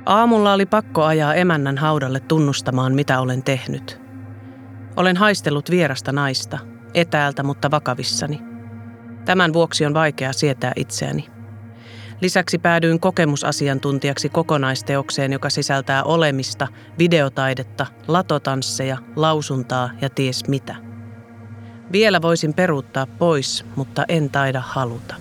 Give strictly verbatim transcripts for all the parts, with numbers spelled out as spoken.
Aamulla oli pakko ajaa emännän haudalle tunnustamaan, mitä olen tehnyt. Olen haistellut vierasta naista, etäältä, mutta vakavissani. Tämän vuoksi on vaikea sietää itseäni. Lisäksi päädyin kokemusasiantuntijaksi kokonaisteokseen, joka sisältää olemista, videotaidetta, latotansseja, lausuntaa ja ties mitä. Vielä voisin peruuttaa pois, mutta en taida haluta.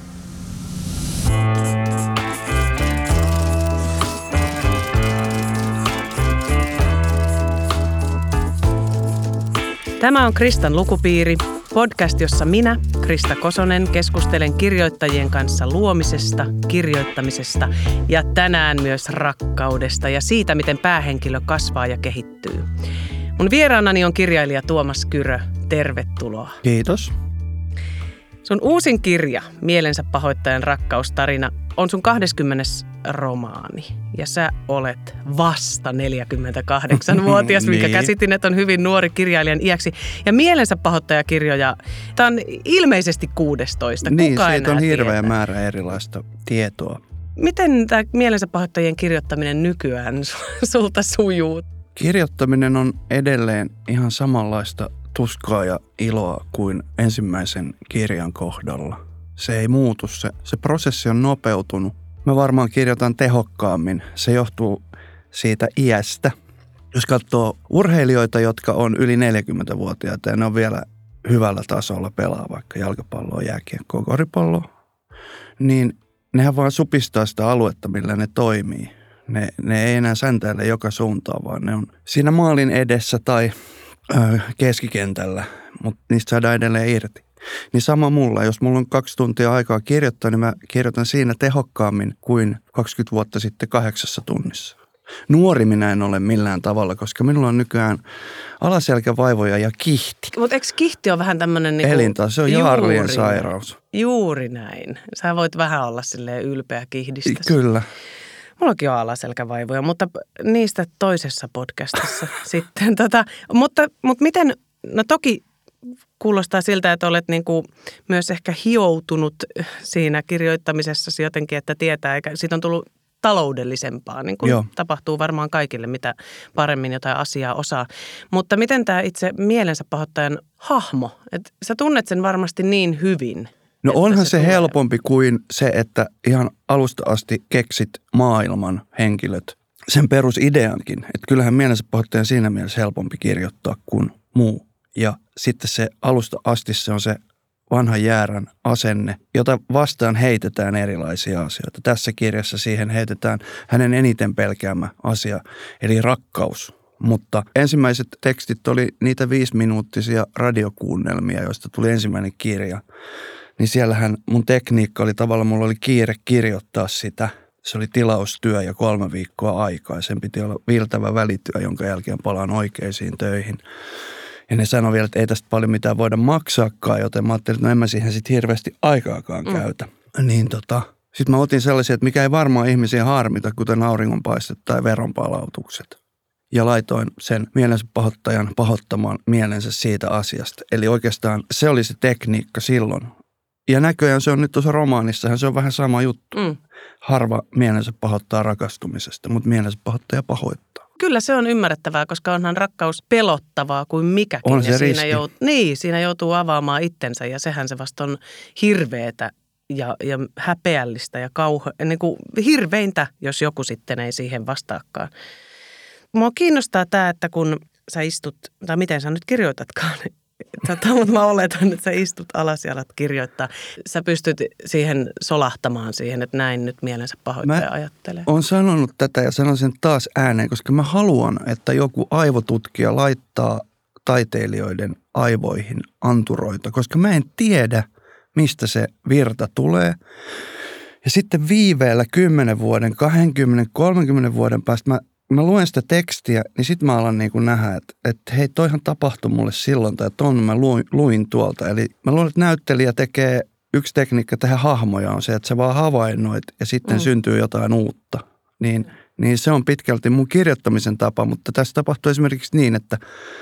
Tämä on Kristan lukupiiri, podcast, jossa minä, Krista Kosonen, keskustelen kirjoittajien kanssa luomisesta, kirjoittamisesta ja tänään myös rakkaudesta ja siitä, miten päähenkilö kasvaa ja kehittyy. Mun vieraanani on kirjailija Tuomas Kyrö. Tervetuloa. Kiitos. Sun uusin kirja, Mielensä pahoittajan rakkaustarina, on sun kahdeskymmenes romaani. Ja sä olet vasta neljäkymmentäkahdeksanvuotias, niin. Mikä käsitin, että on hyvin nuori kirjailijan iäksi. Ja Mielensä pahoittajakirjoja, tämä on ilmeisesti kuudestoista. Niin, Kuka siitä on hirveä tietää? määrä erilaista tietoa. Miten tämä Mielensä pahoittajien kirjoittaminen nykyään sulta sujuu? Kirjoittaminen on edelleen ihan samanlaista tuskaa ja iloa kuin ensimmäisen kirjan kohdalla. Se ei muutu, se, se prosessi on nopeutunut. Mä varmaan kirjoitan tehokkaammin. Se johtuu siitä iästä. Jos katsoo urheilijoita, jotka on yli neljäkymmentävuotiaita ja ne on vielä hyvällä tasolla pelaa vaikka jalkapalloa, jääkiekkoa, koripalloa, niin nehän vaan supistaa sitä aluetta, millä ne toimii. Ne, ne ei enää säntäile joka suuntaan, vaan ne on siinä maalin edessä tai ö, keskikentällä, mutta niistä saadaan edelleen irti. Niin sama mulla, jos mulla on kaksi tuntia aikaa kirjoittaa, niin mä kirjoitan siinä tehokkaammin kuin kaksikymmentä vuotta sitten kahdeksassa tunnissa. Nuori minä en ole millään tavalla, koska minulla on nykyään alaselkävaivoja ja kihti. Mutta eikö kihti ole vähän tämmöinen niinku elintaso, se on jaarlien sairaus. Juuri näin. Sä voit vähän olla silleen ylpeä kihdistä. Kyllä. Mullakin on alaselkävaivoja, mutta niistä toisessa podcastissa sitten. Tota, mutta, mutta miten, no toki kuulostaa siltä, että olet niinku myös ehkä hioutunut siinä kirjoittamisessa jotenkin, että tietää, eikä siitä on tullut taloudellisempaa, niin kuin tapahtuu varmaan kaikille, mitä paremmin jotain asiaa osaa. Mutta miten tämä itse mielensä pahoittajan hahmo, että sä tunnet sen varmasti niin hyvin. No onhan se, se tulee. helpompi kuin se, että ihan alusta asti keksit maailman henkilöt, sen perusideankin. Että kyllähän mielensä pahoittajan siinä mielessä helpompi kirjoittaa kuin muu. Ja sitten se alusta asti se on se vanha jäärän asenne, jota vastaan heitetään erilaisia asioita. Tässä kirjassa siihen heitetään hänen eniten pelkäämä asia, eli rakkaus. Mutta ensimmäiset tekstit oli niitä viisiminuuttisia radiokuunnelmia, joista tuli ensimmäinen kirja. Niin siellähän mun tekniikka oli tavallaan, mulla oli kiire kirjoittaa sitä. Se oli tilaustyö ja kolme viikkoa aikaa. Sen piti olla viiltävä välityö, jonka jälkeen palaan oikeisiin töihin. Ja ne sanoi vielä, että ei tästä paljon mitään voida maksaakaan, joten mä ajattelin, että no en mä siihen sitten hirveästi aikaakaan mm. käytä. Niin tota, sitten mä otin sellaisia, että mikä ei varmaan ihmisiä harmita, kuten auringonpaistet tai veronpalautukset. Ja laitoin sen mielensä pahoittajan pahoittamaan mielensä siitä asiasta. Eli oikeastaan se oli se tekniikka silloin. Ja näköjään se on nyt tuossa romaanissahan se on vähän sama juttu. Mm. Harva mielensä pahoittaa rakastumisesta, mutta mielensä pahoittaja pahoittaa. Kyllä se on ymmärrettävää, koska onhan rakkaus pelottavaa kuin mikäkin. On se ja riski. Siinä jout, niin, siinä joutuu avaamaan itsensä ja sehän se vasta on hirveetä ja, ja häpeällistä ja kauhe, niin kuin hirveintä, jos joku sitten ei siihen vastaakaan. Mua kiinnostaa tämä, että kun sä istut, tai miten sä nyt kirjoitatkaan, Tätä, mutta mä oletan, että sä istut alas ja alat kirjoittaa. Sä pystyt siihen solahtamaan siihen, että näin nyt mielensä pahoittaja ajattelee. Mä oon sanonut tätä ja sanon sen taas ääneen, koska mä haluan, että joku aivotutkija laittaa taiteilijoiden aivoihin anturoita, koska mä en tiedä, mistä se virta tulee. Ja sitten viiveellä kymmenen vuoden, kaksikymmentä, kolmekymmentä vuoden päästä mä Mä luen sitä tekstiä, niin sitten mä alan niin kuin nähdä, että, että hei, toihan tapahtui mulle silloin, tai ton mä luin, luin tuolta. Eli mä luulen, että näyttelijä tekee, yksi tekniikka tähän hahmoja on se, että sä vaan havainnoit ja sitten mm. syntyy jotain uutta. Niin, niin se on pitkälti mun kirjoittamisen tapa, mutta tässä tapahtui esimerkiksi niin, että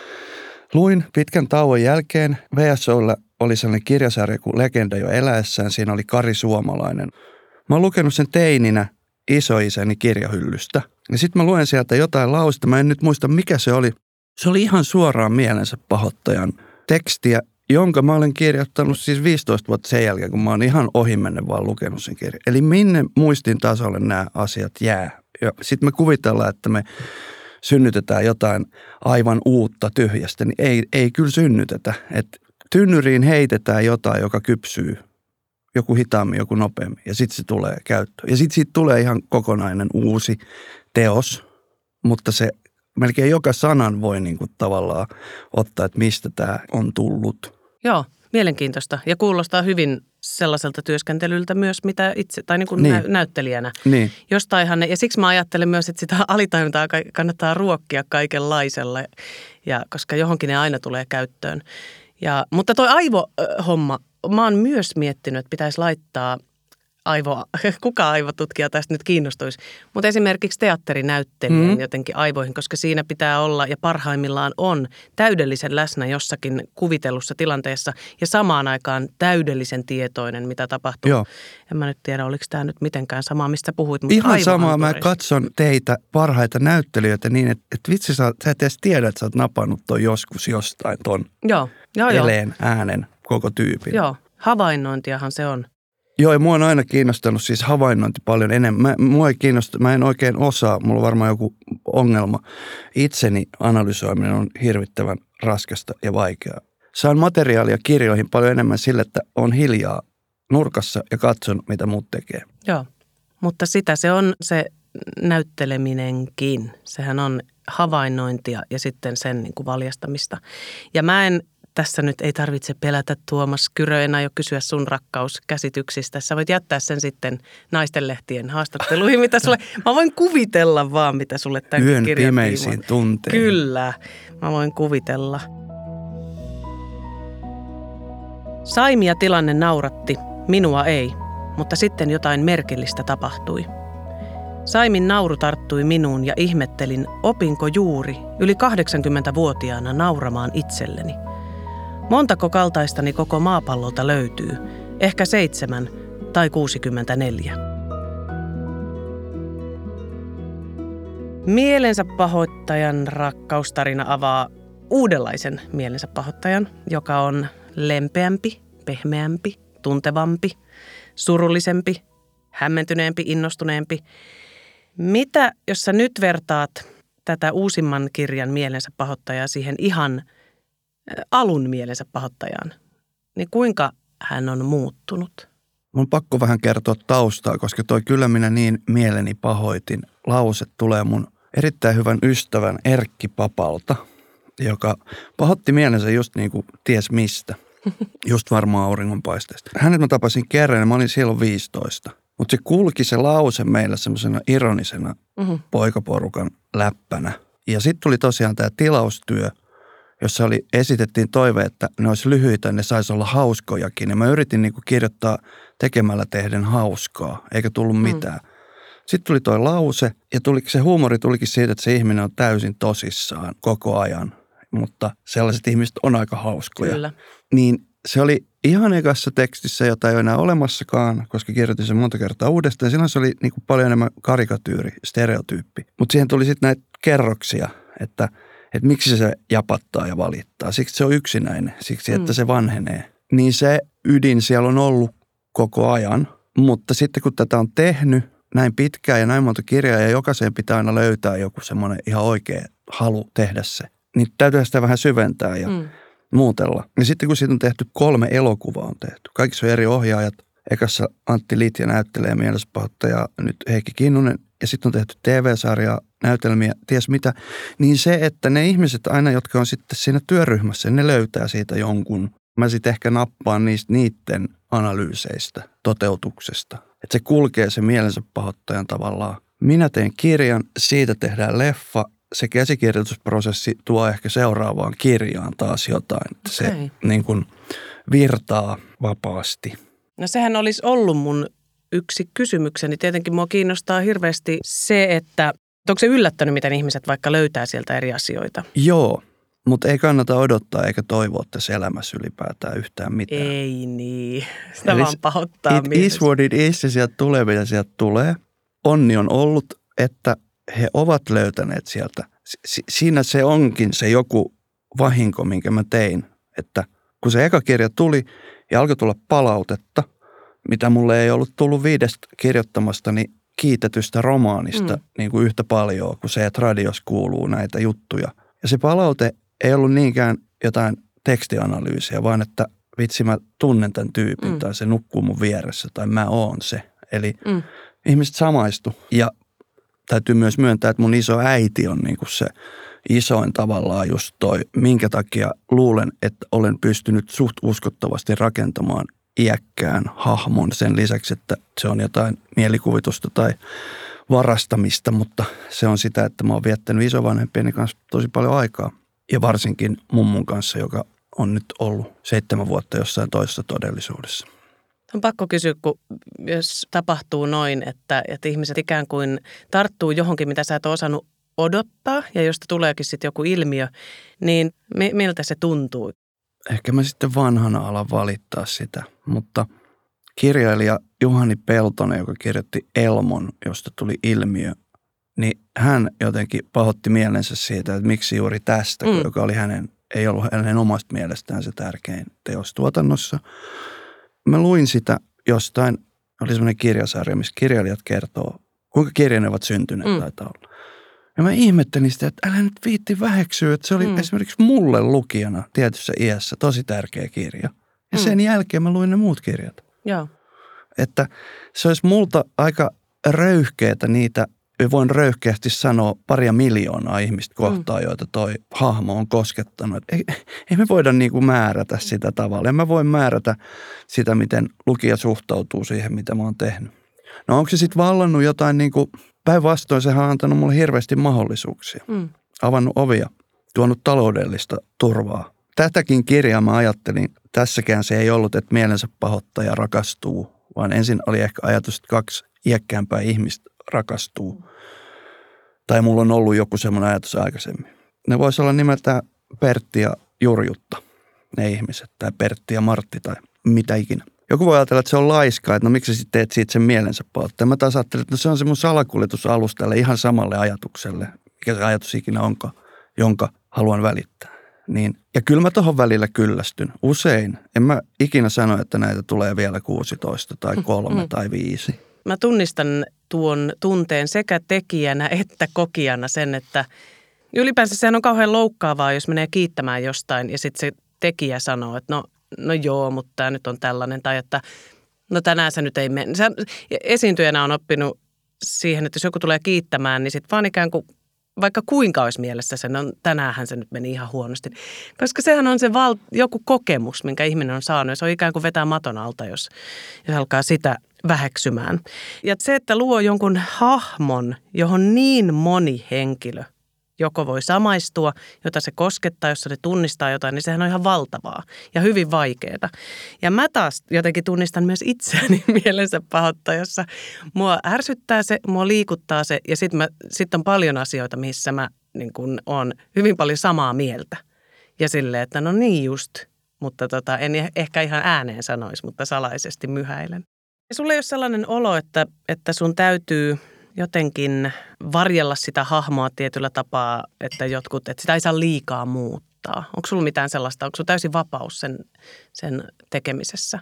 luin pitkän tauon jälkeen. V S O:lla oli sellainen kirjasarja kuin Legenda jo eläessään, siinä oli Kari Suomalainen. Mä oon lukenut sen teininä isoisäni kirjahyllystä. Ja sitten mä luen sieltä jotain lausetta, mä en nyt muista mikä se oli. Se oli ihan suoraan mielensä pahoittajan tekstiä, jonka mä olen kirjoittanut siis viisitoista vuotta sen jälkeen, kun mä oon ihan ohimennen vaan lukenut sen kirjan. Eli minne muistin tasolle nämä asiat jää. Ja sitten me kuvitellaan, että me synnytetään jotain aivan uutta tyhjästä, niin ei, ei kyllä synnytetä. Et tynnyriin heitetään jotain, joka kypsyy. Joku hitaammin, joku nopeammin. Ja sitten se tulee käyttöön. Ja sitten siitä tulee ihan kokonainen uusi teos, mutta se melkein joka sanan voi niin kuin tavallaan ottaa, että mistä tämä on tullut. Joo, mielenkiintoista. Ja kuulostaa hyvin sellaiselta työskentelyltä myös, mitä itse, tai niin kuin niin. nä- näyttelijänä. Niin. Jostainhan ne, ja siksi mä ajattelen myös, että sitä alitajuntaa kannattaa ruokkia kaikenlaisella, ja, koska johonkin ne aina tulee käyttöön. Ja, mutta toi aivohomma, mä oon myös miettinyt, että pitäisi laittaa aivo, kuka aivotutkija tästä nyt kiinnostuisi, mutta esimerkiksi teatterinäyttelijän mm. jotenkin aivoihin, koska siinä pitää olla ja parhaimmillaan on täydellisen läsnä jossakin kuvitellussa tilanteessa ja samaan aikaan täydellisen tietoinen, mitä tapahtuu. Joo. En mä nyt tiedä, oliko tämä nyt mitenkään samaa, mistä puhuit, mutta ihan samaa, mä aivoanturista. katson teitä parhaita näyttelijöitä niin, että, että vitsi sä, sä et edes tiedä, että sä oot napannut ton joskus jostain ton joo, joo, eleen äänen koko tyypin. Joo, havainnointiahan se on. Joo, ja mua on aina kiinnostanut siis havainnointi paljon enemmän. Mä, mua ei kiinnosta, mä en oikein osaa, mulla on varmaan joku ongelma. Itseni analysoiminen on hirvittävän raskasta ja vaikeaa. Saan materiaalia kirjoihin paljon enemmän sille, että on hiljaa nurkassa ja katson, mitä muut tekee. Joo, mutta sitä se on se näytteleminenkin. Sehän on havainnointia ja sitten sen niin kuin valjastamista. Ja mä en... Tässä nyt ei tarvitse pelätä, Tuomas Kyrö, enää jo kysyä sun rakkauskäsityksistä. Sä voit jättää sen sitten naistenlehtien haastatteluihin, mitä sulle... Mä voin kuvitella vaan, mitä sulle tämän Yön kirjan pimeisiin tunteen. Kyllä, mä voin kuvitella. Saimia tilanne nauratti, minua ei, mutta sitten jotain merkillistä tapahtui. Saimin nauru tarttui minuun ja ihmettelin, opinko juuri yli kahdeksankymmentävuotiaana nauramaan itselleni. Montako kaltaistani koko maapallolta löytyy? Ehkä seitsemän tai kuusikymmentäneljä. Mielensä pahoittajan rakkaustarina avaa uudenlaisen mielensä pahoittajan, joka on lempeämpi, pehmeämpi, tuntevampi, surullisempi, hämmentyneempi, innostuneempi. Mitä, jos sä nyt vertaat tätä uusimman kirjan mielensä pahoittajaa siihen ihan alun mielensä pahoittajaan, niin kuinka hän on muuttunut? Mun pakko vähän kertoa taustaa, koska toi kyllä minä niin mieleni pahoitin. Lause tulee mun erittäin hyvän ystävän Erkki Papalta, joka pahoitti mielensä just niin kuin ties mistä. Just varmaan auringonpaisteesta. Hänet mä tapasin kerran ja mä olin silloin viisitoista. Mutta se kulki se lause meillä semmoisena ironisena mm-hmm. poikaporukan läppänä. Ja sitten tuli tosiaan tämä tilaustyö, jossa oli, esitettiin toive, että ne olisi lyhyitä, ne saisi olla hauskojakin. Ja mä yritin niinku kirjoittaa tekemällä tehden hauskaa, eikä tullut mitään. Mm. Sitten tuli toi lause, ja tuli, se huumori tulikin siitä, että se ihminen on täysin tosissaan koko ajan. Mutta sellaiset ihmiset on aika hauskoja. Kyllä. Niin se oli ihan ekassa tekstissä, jota ei ole enää olemassakaan, koska kirjoitin sen monta kertaa uudestaan. Silloin se oli niinku paljon enemmän karikatyyri, stereotyyppi. Mutta siihen tuli sitten näitä kerroksia, että että miksi se japattaa ja valittaa. Siksi se on yksinäinen, siksi että mm. se vanhenee. Niin se ydin siellä on ollut koko ajan, mutta sitten kun tätä on tehnyt näin pitkään ja näin monta kirjaa ja jokaiseen pitää aina löytää joku semmoinen ihan oikea halu tehdä se, niin täytyy sitä vähän syventää ja mm. muutella. Ja sitten kun siitä on tehty kolme elokuvaa on tehty, kaikissa on eri ohjaajat. Ekassa Antti Litja näyttelee mielespahoittaja, nyt Heikki Kinnunen ja sitten on tehty T V-sarjaa, näytelmiä, ties mitä. Niin se, että ne ihmiset aina, jotka on sitten siinä työryhmässä, ne löytää siitä jonkun. Mä sitten ehkä nappaan niistä niiden analyyseistä, toteutuksesta. Että se kulkee se mielensä pahoittajan tavallaan. Minä teen kirjan, siitä tehdään leffa. Se käsikirjoitusprosessi tuo ehkä seuraavaan kirjaan taas jotain. Okay. Se niin kuin virtaa vapaasti. No sehän olisi ollut mun yksi kysymykseni. Tietenkin mua kiinnostaa hirveästi se, että onko se yllättänyt, miten ihmiset vaikka löytää sieltä eri asioita? Joo, mutta ei kannata odottaa eikä toivoa tässä elämässä ylipäätään yhtään mitään. Ei niin, sitä Eli vaan pahoittaa it mielessä. is what it is ja sieltä tulee, mitä sieltä tulee. Onni on ollut, että he ovat löytäneet sieltä. Si- siinä se onkin se joku vahinko, minkä mä tein, että kun se eka kirja tuli ja alkoi tulla palautetta, mitä mulle ei ollut tullut viidestä kirjoittamastani kiitetystä romaanista mm. niin kuin yhtä paljon kuin se, että radios kuuluu näitä juttuja. Ja se palaute ei ollut niinkään jotain tekstianalyysiä, vaan että vitsi mä tunnen tämän tyypin mm. tai se nukkuu mun vieressä tai mä oon se. Eli mm. ihmiset samaistu. Ja täytyy myös myöntää, että mun iso äiti on niin kuin se isoin tavallaan just toi, minkä takia luulen, että olen pystynyt suht uskottavasti rakentamaan iäkkään hahmon sen lisäksi, että se on jotain mielikuvitusta tai varastamista, mutta se on sitä, että mä oon viettänyt isovanhempieni kanssa tosi paljon aikaa. Ja varsinkin mummun kanssa, joka on nyt ollut seitsemän vuotta jossain toisessa todellisuudessa. On pakko kysyä, kun jos tapahtuu noin, että, että ihmiset ikään kuin tarttuu johonkin, mitä sä et ole osannut odottaa ja josta tuleekin sitten joku ilmiö, niin miltä se tuntuu? Ehkä mä sitten vanhana alan valittaa sitä, mutta kirjailija Juhani Peltonen, joka kirjoitti Elmon, josta tuli ilmiö, niin hän jotenkin pahoitti mielensä siitä, että miksi juuri tästä, mm. joka oli hänen, ei ollut hänen omasta mielestään se tärkein teos tuotannossa. Mä luin sitä jostain, oli semmoinen kirjasarja, missä kirjailijat kertoo, kuinka kirja ne ovat syntyneet mm. taitaa olla. Ja mä ihmettelin sitä, että älä nyt viitti väheksyä, että se oli mm. esimerkiksi mulle lukijana tietyssä iässä tosi tärkeä kirja. Ja mm. sen jälkeen mä luin ne muut kirjat. Joo. Että se olisi multa aika röyhkeätä niitä, voin röyhkeästi sanoa paria miljoonaa ihmistä kohtaan, mm. joita toi hahmo on koskettanut. Ei, ei me voida niin kuin määrätä sitä tavalla. En mä voi määrätä sitä, miten lukija suhtautuu siihen, mitä mä oon tehnyt. No onko se sitten vallannut jotain niin kuin, päinvastoin sehän on antanut mulle hirveästi mahdollisuuksia. Mm. Avannut ovia, tuonut taloudellista turvaa. Tätäkin kirjaa mä ajattelin, tässäkään se ei ollut, että mielensä pahoittaja rakastuu, vaan ensin oli ehkä ajatus, että kaksi iäkkäämpää ihmistä rakastuu. Tai mulla on ollut joku semmoinen ajatus aikaisemmin. Ne voisi olla nimeltään Pertti ja Jurjutta, ne ihmiset, tai Pertti ja Martti tai mitä ikinä. Joku voi ajatella, että se on laiskaa, että no miksi sä sitten teet siitä sen mielensä pahoittaja. Mä taas ajattelin, että no se on se mun salakuljetusalus tälle ihan samalle ajatukselle, mikä se ajatus ikinä onkaan, jonka haluan välittää. Niin, ja kyllä mä tohon välillä kyllästyn. Usein. En mä ikinä sano, että näitä tulee vielä kuusitoista tai kolme mm. tai viisi. Mä tunnistan tuon tunteen sekä tekijänä että kokijana sen, että ylipäänsä sehän on kauhean loukkaavaa, jos menee kiittämään jostain ja sitten se tekijä sanoo, että no, no joo, mutta tämä nyt on tällainen. Tai että no tänään se nyt ei mene. Esiintyjänä on oppinut siihen, että jos joku tulee kiittämään, niin sitten vaan ikään kuin vaikka kuinka olisi mielessä sen, no tänäänhän se nyt meni ihan huonosti. Koska sehän on se val- joku kokemus, minkä ihminen on saanut. Ja se on ikään kuin vetää maton alta, jos, jos alkaa sitä väheksymään. Ja se, että luo jonkun hahmon, johon niin moni henkilö joko voi samaistua, jota se koskettaa, jos se tunnistaa jotain, niin sehän on ihan valtavaa ja hyvin vaikeaa. Ja mä taas jotenkin tunnistan myös itseäni mielensä pahoittajassa. Mua ärsyttää se, mua liikuttaa se ja sitten sit on paljon asioita, missä mä niin kun on hyvin paljon samaa mieltä. Ja silleen, että no niin just, mutta tota, en ehkä ihan ääneen sanoisi, mutta salaisesti myhäilen. Ja sulla ei ole sellainen olo, että, että sun täytyy jotenkin varjella sitä hahmoa tietyllä tapaa, että jotkut, että sitä ei saa liikaa muuttaa. Onko sulla mitään sellaista, onko sulla täysin vapaus sen, sen tekemisessä?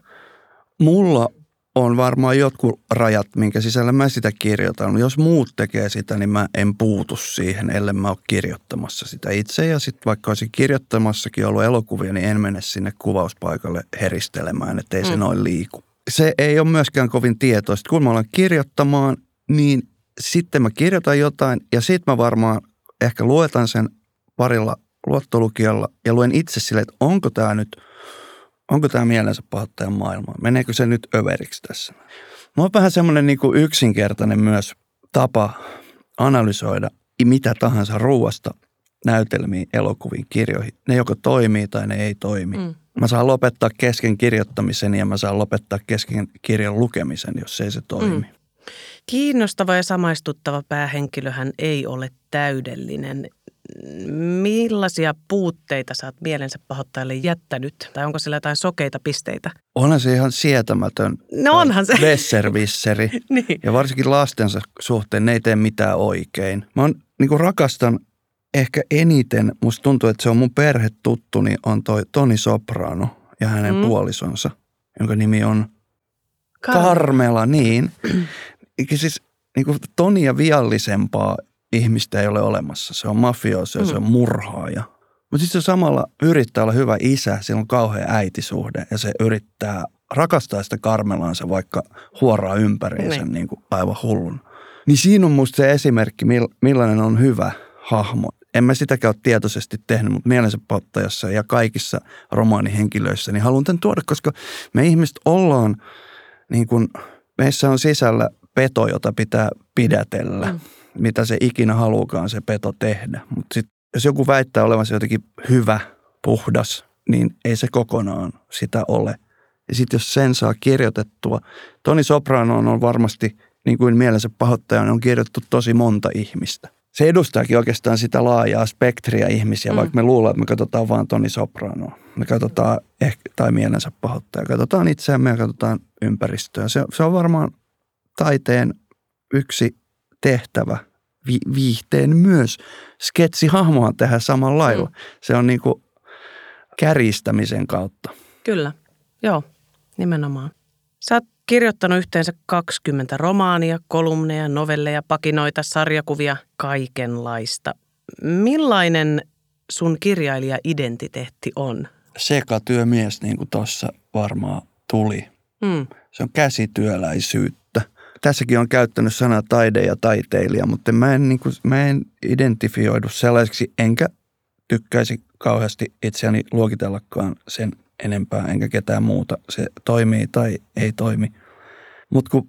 Mulla on varmaan jotkut rajat, minkä sisällä mä sitä kirjoitan. Jos muut tekee sitä, niin mä en puutu siihen, ellei mä ole kirjoittamassa sitä itse. Ja sitten vaikka olisin kirjoittamassakin ollut elokuvia, niin en mene sinne kuvauspaikalle heristelemään, ettei se mm. noin liiku. Se ei ole myöskään kovin tietoista. Kun mä alan kirjoittamaan, niin sitten mä kirjoitan jotain ja sitten mä varmaan ehkä luetan sen parilla luottolukijalla ja luen itse silleen, että onko tämä nyt, onko tämä mielensä pahoittajan maailma? Meneekö se nyt överiksi tässä? Mulla on vähän semmoinen niin kuin yksinkertainen myös tapa analysoida mitä tahansa ruuasta näytelmiin, elokuviin, kirjoihin. Ne joko toimii tai ne ei toimi. Mm. Mä saan lopettaa kesken kirjoittamisen ja mä saan lopettaa kesken kirjan lukemisen, jos ei se toimi. Mm. Kiinnostava ja samaistuttava päähenkilöhän ei ole täydellinen. millaisia puutteita sä oot mielensä pahoittajalle jättänyt? Tai onko sillä jotain sokeita pisteitä? Onhan se ihan sietämätön no onhan se. besservisseri. niin. Ja varsinkin lastensa suhteen ne ei tee mitään oikein. Mä on, niin kuin rakastan ehkä eniten, musta tuntuu, että se on mun perhetuttu, niin on toi Toni Soprano ja hänen mm. puolisonsa, jonka nimi on Kar- Carmela. Niin. Eikä siis niin kuin Tonia viallisempaa ihmistä ei ole olemassa. Se on mafioso ja mm. se on murhaaja. Mutta sitten se samalla yrittää olla hyvä isä, sillä on kauhean äitisuhde ja se yrittää rakastaa sitä Carmelaansa, vaikka huoraa ympäriinsä niin kuin aivan hullun. Niin siinä on musta se esimerkki, millainen on hyvä hahmo. En mä sitäkään ole tietoisesti tehnyt, mutta mielensä pahoittajassa ja kaikissa romaanihenkilöissä, niin haluan tämän tuoda, koska me ihmiset ollaan, niin kuin, meissä on sisällä peto, jota pitää pidätellä, mm. mitä se ikinä haluukaan se peto tehdä. Mutta sitten jos joku väittää olevansa jotenkin hyvä, puhdas, niin ei se kokonaan sitä ole. Ja sitten jos sen saa kirjoitettua, Toni Soprano on varmasti, niin kuin mielensä pahoittajan, on kirjoitettu tosi monta ihmistä. Se edustaakin oikeastaan sitä laajaa spektriä ihmisiä, mm. vaikka me luullaan, että me katsotaan vaan Toni Sopranoa. Me katsotaan ehkä, tai mielensä pahoittaja, katsotaan itseämme ja katsotaan ympäristöä. Se, se on varmaan taiteen yksi tehtävä, vi, viihteen myös. Sketsihahmoa tehdä samalla lailla. Mm. Se on niin kuin kärjistämisen kautta. Kyllä, joo, nimenomaan. Sä oot kirjoittanut yhteensä kaksikymmentä romaania, kolumneja, novelleja, pakinoita, sarjakuvia, kaikenlaista. Millainen sun kirjailija-identiteetti on? Sekatyömies, niin kuin tuossa varmaan tuli. Mm. Se on käsityöläisyyttä. Tässäkin on käyttänyt sanaa taide ja taiteilija, mutta mä en, niin kuin, mä en identifioidu sellaiseksi, enkä tykkäisi kauheasti itseäni luokitellakaan sen enempää, enkä ketään muuta. Se toimii tai ei toimi. Mutta kun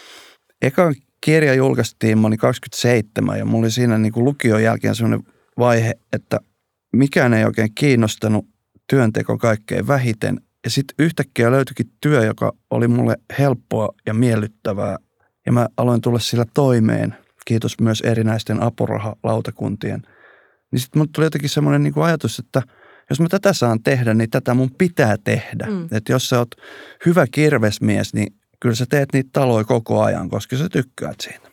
eka kirja julkaistiin, mä olin kaksikymmentäseitsemän ja mulla oli siinä niin kuin lukion jälkeen sellainen vaihe, että mikään ei oikein kiinnostanut, työnteko kaikkein vähiten. Ja sitten yhtäkkiä löytyikin työ, joka oli mulle helppoa ja miellyttävää. Ja mä aloin tulla sillä toimeen, kiitos myös erinäisten apurahalautakuntien. Niin sitten mulle tuli jotenkin semmoinen niin kuin ajatus, että jos mä tätä saan tehdä, niin tätä mun pitää tehdä. Mm. Että jos sä oot hyvä kirvesmies, niin kyllä sä teet niitä taloja koko ajan, koska sä tykkäät siitä.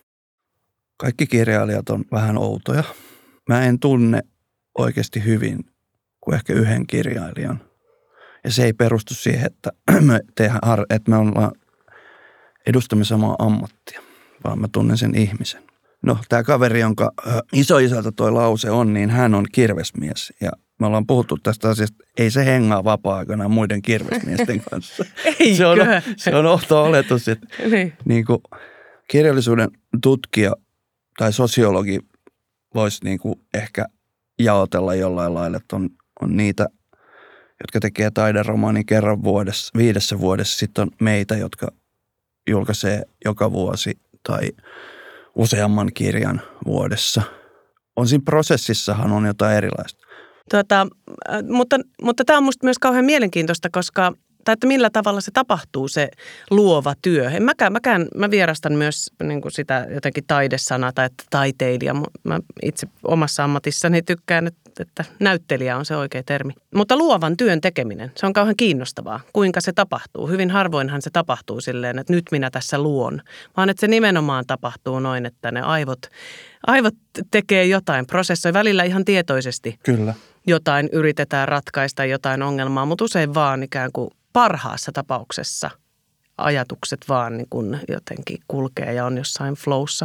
Kaikki kirjailijat on vähän outoja. Mä en tunne oikeasti hyvin kuin ehkä yhden kirjailijan. Ja se ei perustu siihen, että me, tehdään, että me ollaan edustamme samaa ammattia, vaan mä tunnen sen ihmisen. No, tämä kaveri, jonka isoisältä toi lause on, niin hän on kirvesmies. Ja me ollaan puhuttu tästä asiasta, ei se hengaa vapaa-aikana muiden kirvesmiesten kanssa. se, on, se on ohto oletus, että niin. Niin kuin kirjallisuuden tutkija tai sosiologi voisi niin kuin ehkä jaotella jollain lailla, että on, on niitä, jotka tekee taideromaanin kerran vuodessa, viidessä vuodessa. Sitten on meitä, jotka julkaisee joka vuosi tai useamman kirjan vuodessa. On siinä prosessissahan on jotain erilaista. Tota, mutta, mutta tämä on musta myös kauhean mielenkiintoista, koska, tai että millä tavalla se tapahtuu, se luova työ. En mäkään, mäkään, mä vierastan myös niin kuin sitä jotenkin taidesanaa tai että taiteilija. Mä itse omassa ammatissani tykkään, että näyttelijä on se oikea termi. Mutta luovan työn tekeminen, se on kauhean kiinnostavaa, kuinka se tapahtuu. Hyvin harvoinhan se tapahtuu silleen, että nyt minä tässä luon, vaan että se nimenomaan tapahtuu noin, että ne aivot, aivot tekee jotain, prosessoi välillä ihan tietoisesti. Kyllä. Jotain yritetään ratkaista, jotain ongelmaa, mutta usein vaan ikään kuin parhaassa tapauksessa ajatukset vaan niin kuin jotenkin kulkee ja on jossain flowssa.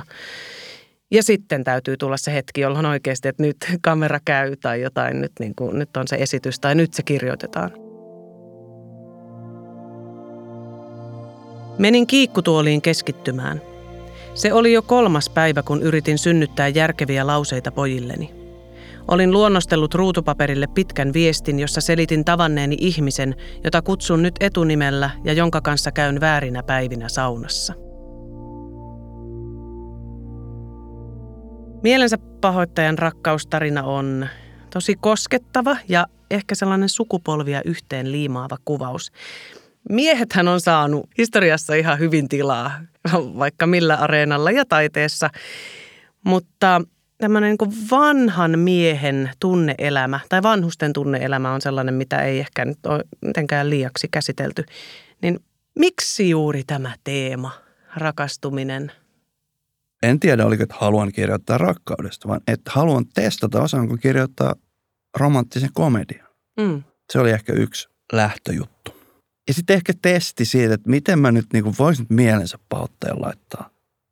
Ja sitten täytyy tulla se hetki, jolloin oikeasti, että nyt kamera käy tai jotain, nyt, niin kuin, nyt on se esitys tai nyt se kirjoitetaan. Menin kiikkutuoliin keskittymään. Se oli jo kolmas päivä, kun yritin synnyttää järkeviä lauseita pojilleni. Olin luonnostellut ruutupaperille pitkän viestin, jossa selitin tavanneeni ihmisen, jota kutsun nyt etunimellä ja jonka kanssa käyn väärinä päivinä saunassa. Mielensä pahoittajan rakkaustarina on tosi koskettava ja ehkä sellainen sukupolvia yhteen liimaava kuvaus. Miehethän on saanut historiassa ihan hyvin tilaa, vaikka millä areenalla ja taiteessa, mutta tämmöinen niin kuin vanhan miehen tunneelämä tai vanhusten tunneelämä on sellainen, mitä ei ehkä nyt ole mitenkään liiaksi käsitelty. Niin miksi juuri tämä teema, rakastuminen? En tiedä, oliko, että haluan kirjoittaa rakkaudesta, vaan että haluan testata, osaanko kirjoittaa romanttisen komedian. Mm. Se oli ehkä yksi lähtöjuttu. Ja sitten ehkä testi siitä, että miten mä nyt niin kuin voisin mielensä pahoittajan laittaa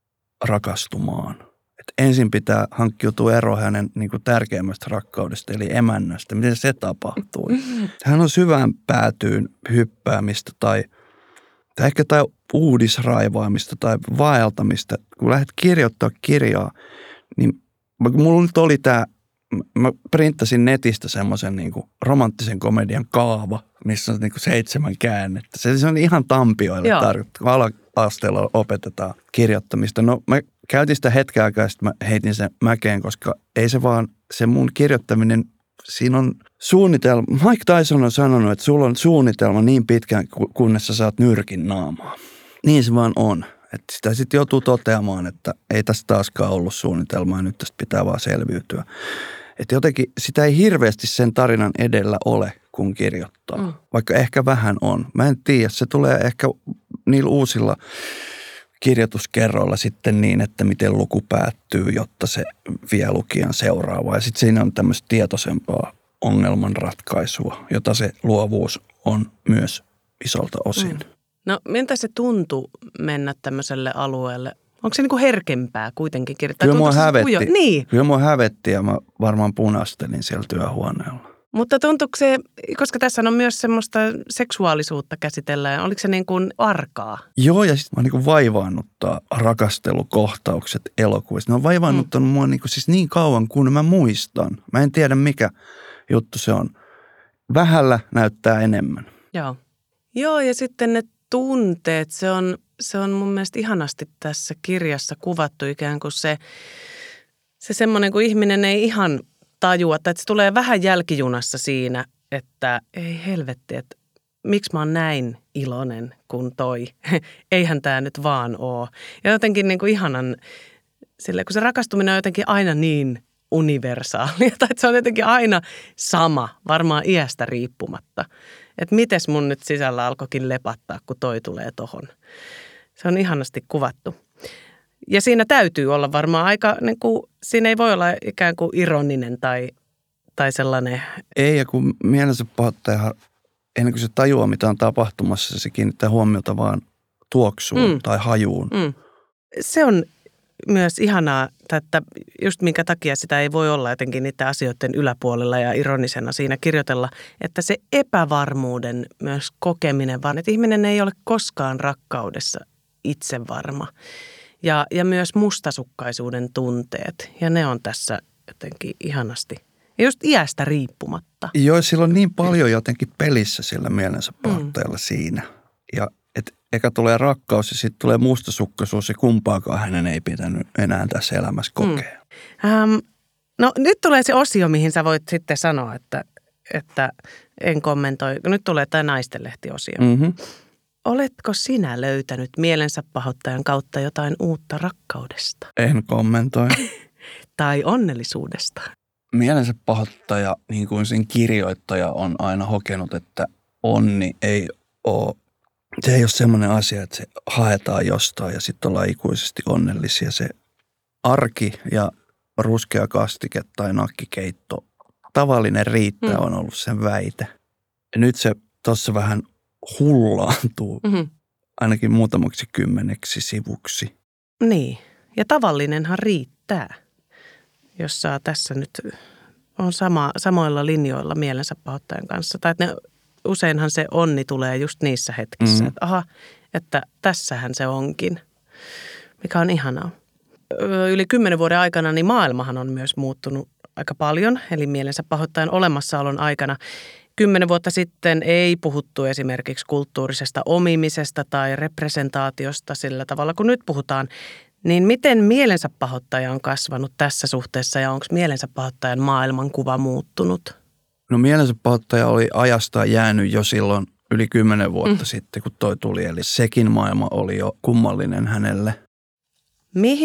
rakastumaan. Että ensin pitää hankkiutua ero hänen niin kuin tärkeimmästä rakkaudesta, eli emännästä. Miten se tapahtuu? Hän on syvään päätyyn hyppäämistä tai, tai ehkä tai uudisraivaamista tai vaeltamista. Kun lähdet kirjoittaa kirjaa, niin mulla nyt oli tämä, mä printtasin netistä semmoisen niin kuin romanttisen komedian kaava, missä on niin kuin seitsemän käännettä. Se on ihan Tampioille tarkoittu, kun ala-asteella opetetaan kirjoittamista. No mä käytin sitä hetken aikaa, sitten mä heitin sen mäkeen, koska ei se vaan, se mun kirjoittaminen, siinä on suunnitelma. Mike Tyson on sanonut, että sulla on suunnitelma niin pitkään, kunnes sä saat nyrkin naamaa. Niin se vaan on. Että sitä sitten joutuu toteamaan, että ei tästä taaskaan ollut suunnitelmaa ja nyt tästä pitää vaan selviytyä. Että jotenkin sitä ei hirveästi sen tarinan edellä ole, kun kirjoittaa. Mm. Vaikka ehkä vähän on. Mä en tiedä, se tulee ehkä niillä uusilla kirjoituskerroilla sitten niin, että miten luku päättyy, jotta se vie lukijan seuraavaa. Ja sitten siinä on tämmöistä tietoisempaa ongelmanratkaisua, jota se luovuus on myös isolta osin. Mm. No miltä se tuntui mennä tämmöiselle alueelle? Onko se niin kuin herkempää kuitenkin kirjoittaa? Kyllä mua hävetti. Niin. Kyllä mua hävetti ja mä varmaan punastelin siellä työhuoneella. Mutta tuntuuko se, koska tässä on myös semmoista seksuaalisuutta käsitellään, oliko se niin kuin arkaa? Joo, ja sitten mä niin kuin vaivaannuttaa rakastelukohtaukset elokuvissa. Ne on vaivaannuttanut mm. mua niin, kuin siis niin kauan, kun mä muistan. Mä en tiedä, mikä juttu se on. Vähällä näyttää enemmän. Joo. Joo, ja sitten ne tunteet, se on, se on mun mielestä ihanasti tässä kirjassa kuvattu ikään kuin se, se semmoinen, kun ihminen ei ihan tajua, että se tulee vähän jälkijunassa siinä, että ei helvetti, että miksi mä oon näin iloinen kuin toi. Eihän tämä nyt vaan oo. Ja jotenkin niin kuin ihanan, sille, kun se rakastuminen on jotenkin aina niin universaalia, tai että se on jotenkin aina sama, varmaan iästä riippumatta. Että mites mun nyt sisällä alkoikin lepattaa, kun toi tulee tohon. Se on ihanasti kuvattu. Ja siinä täytyy olla varmaan aika, niin kuin, siinä ei voi olla ikään kuin ironinen tai, tai sellainen. Ei, ja kun mielensä pahoittaja, ennen kuin se tajuaa, mitä on tapahtumassa, se kiinnittää huomiota vaan tuoksuun mm. tai hajuun. Mm. Se on myös ihanaa, että just minkä takia sitä ei voi olla jotenkin niiden asioiden yläpuolella ja ironisena siinä kirjoitella, että se epävarmuuden myös kokeminen, vaan että ihminen ei ole koskaan rakkaudessa itsevarma. Ja, ja myös mustasukkaisuuden tunteet, ja ne on tässä jotenkin ihanasti. Ja just iästä riippumatta. Joo, sillä on niin paljon jotenkin pelissä sillä mielensä pahoittajalla mm. siinä. Ja et eka tulee rakkaus ja sitten tulee mustasukkaisuus ja kumpaakaan hänen ei pitänyt enää tässä elämässä kokea. Mm. Ähm, no nyt tulee se osio, mihin sä voit sitten sanoa, että, että en kommentoi. Nyt tulee tämä naistenlehti-osio. Mm-hmm. Oletko sinä löytänyt mielensä pahoittajan kautta jotain uutta rakkaudesta? En kommentoi. Tai onnellisuudesta? Mielensä pahoittaja, niin kuin sen kirjoittaja on aina hokenut, että onni ei ole, se ei ole semmoinen asia, että se haetaan jostain ja sitten ollaan ikuisesti onnellisia. Se arki ja ruskea kastike tai nakkikeitto, tavallinen riittää mm. on ollut sen väite. Ja nyt se tuossa vähän hullaantuu mm-hmm. ainakin muutamaksi kymmeneksi sivuksi. Niin, ja tavallinenhan riittää, jos saa tässä nyt, on sama, samoilla linjoilla mielensä pahoittajan kanssa. Tai että ne, useinhan se onni tulee just niissä hetkissä, mm-hmm. että aha, että tässähän se onkin, mikä on ihanaa. Yli kymmenen vuoden aikana niin maailmahan on myös muuttunut aika paljon, eli mielensä pahoittajan olemassaolon aikana. Kymmenen vuotta sitten ei puhuttu esimerkiksi kulttuurisesta omimisesta tai representaatiosta sillä tavalla, kun nyt puhutaan. Niin miten mielensä pahoittaja on kasvanut tässä suhteessa ja onko mielensä pahoittajan maailmankuva muuttunut? No mielensä pahoittaja oli ajasta jäänyt jo silloin yli kymmenen vuotta mm. sitten, kun toi tuli. Eli sekin maailma oli jo kummallinen hänelle. Mihin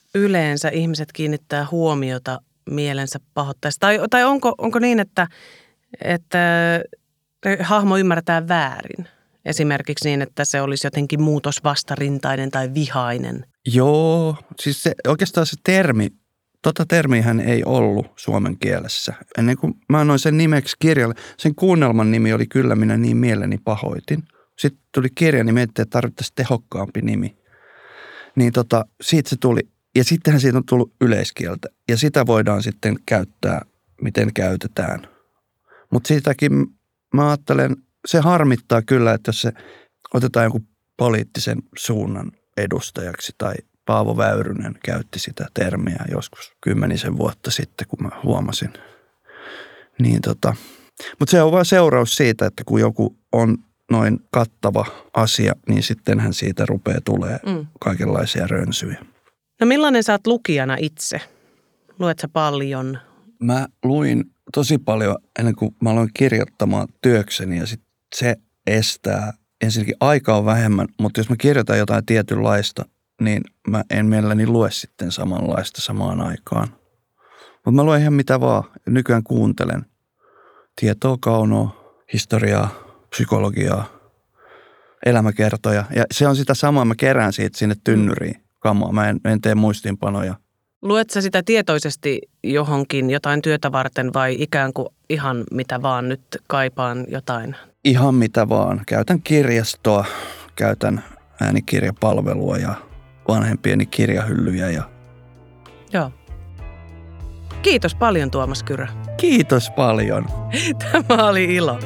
yleensä ihmiset kiinnittää huomiota mielensä pahoittaessa? Tai, tai onko, onko niin, että, että hahmo ymmärtää väärin? Esimerkiksi niin, että se olisi jotenkin muutosvastarintainen tai vihainen. Joo, siis se, oikeastaan se termi, tota termihän ei ollut suomen kielessä. Ennen kuin mä annoin sen nimeksi kirjalle, sen kuunnelman nimi oli Kyllä minä niin mieleni pahoitin. Sitten tuli kirja, niin mietittiin, että tarvittaisiin tehokkaampi nimi. Niin tota, siitä se tuli. Ja sittenhän siitä on tullut yleiskieltä. Ja sitä voidaan sitten käyttää, miten käytetään. Mutta siitäkin mä ajattelen, se harmittaa kyllä, että jos se otetaan jonkun poliittisen suunnan edustajaksi tai Paavo Väyrynen käytti sitä termiä joskus kymmenisen vuotta sitten, kun mä huomasin. Niin tota, mutta se on vain seuraus siitä, että kun joku on noin kattava asia, niin sittenhän siitä rupeaa tulee mm. kaikenlaisia rönsyjä. No millainen sä oot lukijana itse? Luet sä paljon? Mä luin tosi paljon ennen kuin mä aloin kirjoittamaan työkseni ja sit se estää. Ensinnäkin aika on vähemmän, mutta jos mä kirjoitan jotain tietynlaista, niin mä en mielelläni lue sitten samanlaista samaan aikaan. Mutta mä luen ihan mitä vaan. Nykyään kuuntelen tietoa, kaunoa, historiaa, psykologiaa, elämäkertoja. Ja se on sitä samaa, mä kerään siitä sinne tynnyriin kamaa. Mä en, en tee muistiinpanoja. Luet sä sitä tietoisesti johonkin jotain työtä varten vai ikään kuin ihan mitä vaan nyt kaipaan jotain? Ihan mitä vaan. Käytän kirjastoa, käytän äänikirjapalvelua ja vanhempieni kirjahyllyjä. Ja... Joo. Kiitos paljon, Tuomas Kyrö. Kiitos paljon. Tämä oli ilo.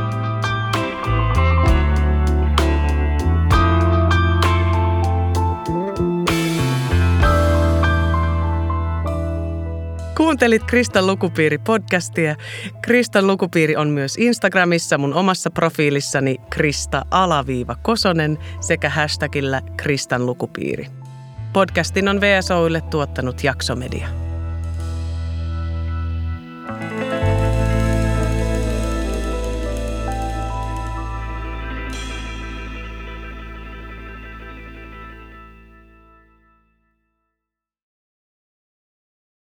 Kuuntelit Kristan lukupiiri-podcastia. Kristan lukupiiri on myös Instagramissa mun omassa profiilissani Krista-Kosonen sekä hashtagillä Kristan lukupiiri. Podcastin on V S O:lle tuottanut Jaksomedia.